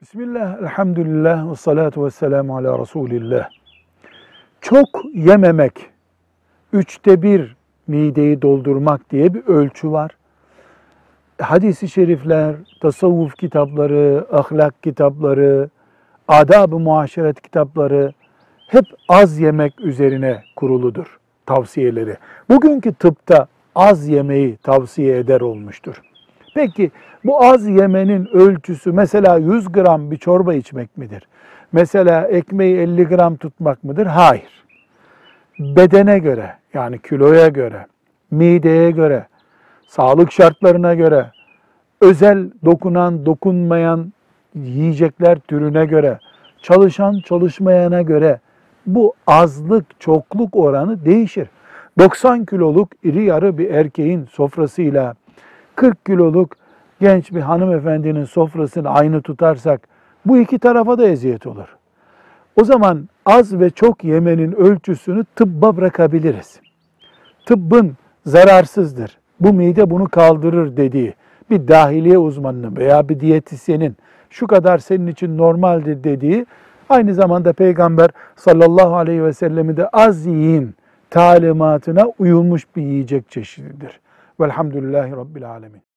Bismillah, elhamdülillah, ve salatu ve selamu ala Resulillah. Çok yememek, 1/3 mideyi doldurmak diye bir ölçü var. Hadis-i şerifler, tasavvuf kitapları, ahlak kitapları, adab-ı muaşeret kitapları hep az yemek üzerine kuruludur tavsiyeleri. Bugünkü tıpta az yemeyi tavsiye eder olmuştur. Peki bu az yemenin ölçüsü mesela 100 gram bir çorba içmek midir? Mesela ekmeği 50 gram tutmak mıdır? Hayır. Bedene göre, yani kiloya göre, mideye göre, sağlık şartlarına göre, özel dokunan, dokunmayan yiyecekler türüne göre, çalışan, çalışmayana göre bu azlık, çokluk oranı değişir. 90 kiloluk iri yarı bir erkeğin sofrasıyla 40 kiloluk genç bir hanımefendinin sofrasını aynı tutarsak bu iki tarafa da eziyet olur. O zaman az ve çok yemenin ölçüsünü tıbba bırakabiliriz. Tıbbın zararsızdır, bu mide bunu kaldırır dediği bir dahiliye uzmanının veya bir diyetisyenin şu kadar senin için normaldir dediği, aynı zamanda Peygamber sallallahu aleyhi ve sellem'i de az yiyin talimatına uyulmuş bir yiyecek çeşididir. Velhamdülillahi Rabbil alemin.